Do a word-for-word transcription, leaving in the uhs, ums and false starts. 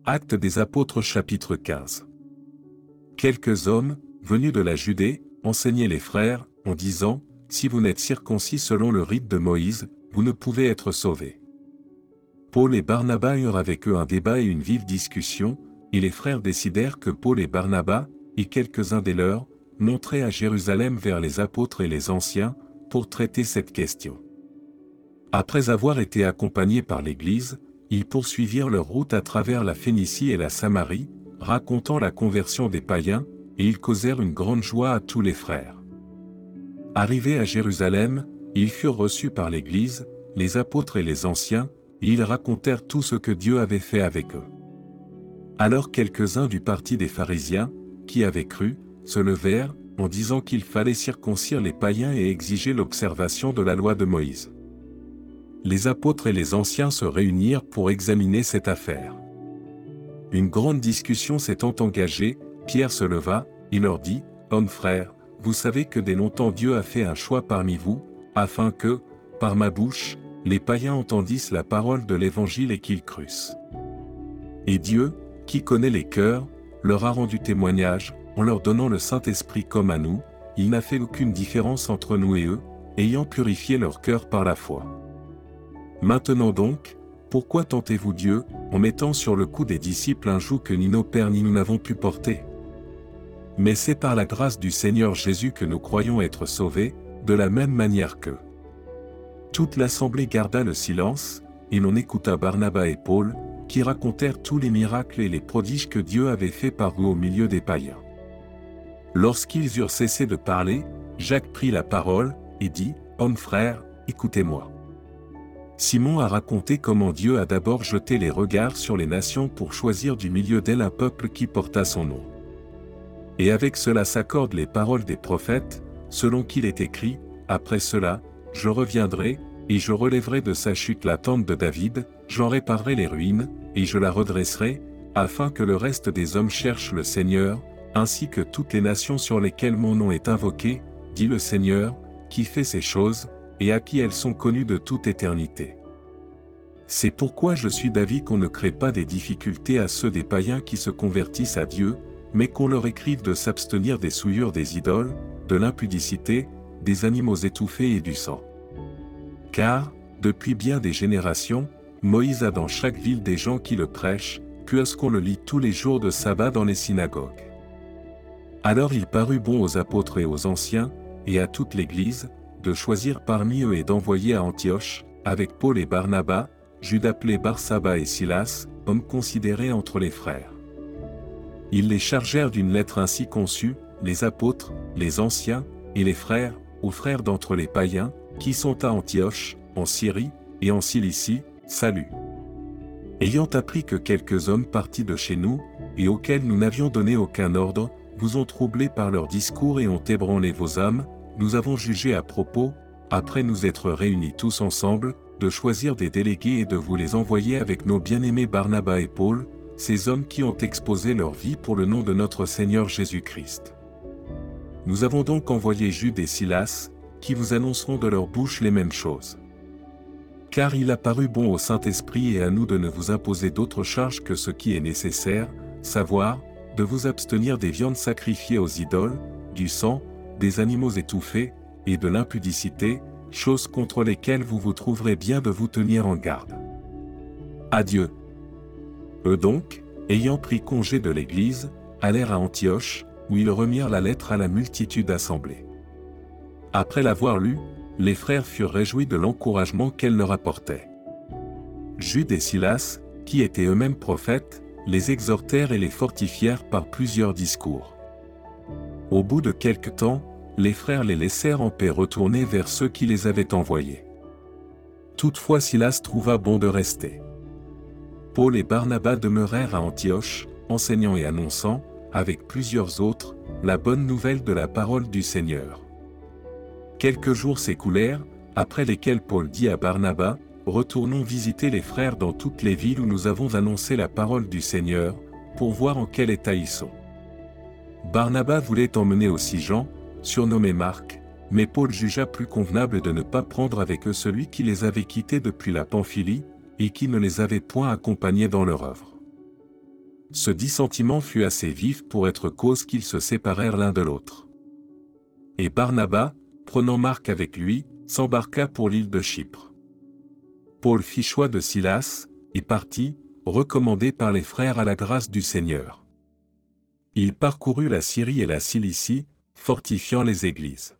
Actes des Apôtres chapitre quinze. Quelques hommes, venus de la Judée, enseignaient les frères, en disant, « Si vous n'êtes circoncis selon le rite de Moïse, vous ne pouvez être sauvés. » Paul et Barnabas eurent avec eux un débat et une vive discussion, et les frères décidèrent que Paul et Barnabas, et quelques-uns des leurs, monteraient à Jérusalem vers les apôtres et les anciens, pour traiter cette question. Après avoir été accompagnés par l'Église, ils poursuivirent leur route à travers la Phénicie et la Samarie, racontant la conversion des païens, et ils causèrent une grande joie à tous les frères. Arrivés à Jérusalem, ils furent reçus par l'Église, les apôtres et les anciens, et ils racontèrent tout ce que Dieu avait fait avec eux. Alors quelques-uns du parti des pharisiens, qui avaient cru, se levèrent, en disant qu'il fallait circoncire les païens et exiger l'observation de la loi de Moïse. Les apôtres et les anciens se réunirent pour examiner cette affaire. Une grande discussion s'étant engagée, Pierre se leva, et leur dit, « Hommes frères, vous savez que dès longtemps Dieu a fait un choix parmi vous, afin que, par ma bouche, les païens entendissent la parole de l'Évangile et qu'ils crussent. Et Dieu, qui connaît les cœurs, leur a rendu témoignage, en leur donnant le Saint-Esprit comme à nous, il n'a fait aucune différence entre nous et eux, ayant purifié leur cœur par la foi. Maintenant donc, pourquoi tentez-vous Dieu, en mettant sur le cou des disciples un joug que ni nos pères ni nous n'avons pu porter? Mais c'est par la grâce du Seigneur Jésus que nous croyons être sauvés, de la même manière que. » Toute l'assemblée garda le silence, et l'on écouta Barnabas et Paul, qui racontèrent tous les miracles et les prodiges que Dieu avait faits par eux au milieu des païens. Lorsqu'ils eurent cessé de parler, Jacques prit la parole, et dit, « Hommes frères, écoutez-moi. Simon a raconté comment Dieu a d'abord jeté les regards sur les nations pour choisir du milieu d'elles un peuple qui porta son nom. Et avec cela s'accordent les paroles des prophètes, selon qu'il est écrit, « Après cela, je reviendrai, et je relèverai de sa chute la tente de David, j'en réparerai les ruines, et je la redresserai, afin que le reste des hommes cherche le Seigneur, ainsi que toutes les nations sur lesquelles mon nom est invoqué, dit le Seigneur, qui fait ces choses, et à qui elles sont connues de toute éternité. C'est pourquoi je suis d'avis qu'on ne crée pas des difficultés à ceux des païens qui se convertissent à Dieu, mais qu'on leur écrive de s'abstenir des souillures des idoles, de l'impudicité, des animaux étouffés et du sang. Car, depuis bien des générations, Moïse a dans chaque ville des gens qui le prêchent, puisqu'on le lit tous les jours de sabbat dans les synagogues. Alors il parut bon aux apôtres et aux anciens, et à toute l'Église, de choisir parmi eux et d'envoyer à Antioche, avec Paul et Barnabas, Jude appelé Barsaba et Silas, hommes considérés entre les frères. Ils les chargèrent d'une lettre ainsi conçue, les apôtres, les anciens, et les frères, aux frères d'entre les païens, qui sont à Antioche, en Syrie, et en Cilicie, salut. Ayant appris que quelques hommes partis de chez nous, et auxquels nous n'avions donné aucun ordre, vous ont troublés par leurs discours et ont ébranlé vos âmes, nous avons jugé à propos, après nous être réunis tous ensemble, de choisir des délégués et de vous les envoyer avec nos bien-aimés Barnabas et Paul, ces hommes qui ont exposé leur vie pour le nom de notre Seigneur Jésus-Christ. Nous avons donc envoyé Jude et Silas, qui vous annonceront de leur bouche les mêmes choses. Car il a paru bon au Saint-Esprit et à nous de ne vous imposer d'autre charge que ce qui est nécessaire, savoir, de vous abstenir des viandes sacrifiées aux idoles, du sang, des animaux étouffés, et de l'impudicité, choses contre lesquelles vous vous trouverez bien de vous tenir en garde. Adieu. Eux donc, ayant pris congé de l'Église, allèrent à Antioche, où ils remirent la lettre à la multitude assemblée. Après l'avoir lue, les frères furent réjouis de l'encouragement qu'elle leur apportait. Jude et Silas, qui étaient eux-mêmes prophètes, les exhortèrent et les fortifièrent par plusieurs discours. Au bout de quelque temps, les frères les laissèrent en paix retourner vers ceux qui les avaient envoyés. Toutefois Silas trouva bon de rester. Paul et Barnabas demeurèrent à Antioche, enseignant et annonçant, avec plusieurs autres, la bonne nouvelle de la parole du Seigneur. Quelques jours s'écoulèrent, après lesquels Paul dit à Barnabas, « Retournons visiter les frères dans toutes les villes où nous avons annoncé la parole du Seigneur, pour voir en quel état ils sont. » Barnabas voulait emmener aussi Jean, surnommé Marc, mais Paul jugea plus convenable de ne pas prendre avec eux celui qui les avait quittés depuis la Pamphylie, et qui ne les avait point accompagnés dans leur œuvre. ce dissentiment fut assez vif pour être cause qu'ils se séparèrent l'un de l'autre. Et Barnabas, prenant Marc avec lui, s'embarqua pour l'île de Chypre. Paul fit choix de Silas, et partit, recommandé par les frères à la grâce du Seigneur. Il parcourut la Syrie et la Cilicie, fortifiant les églises.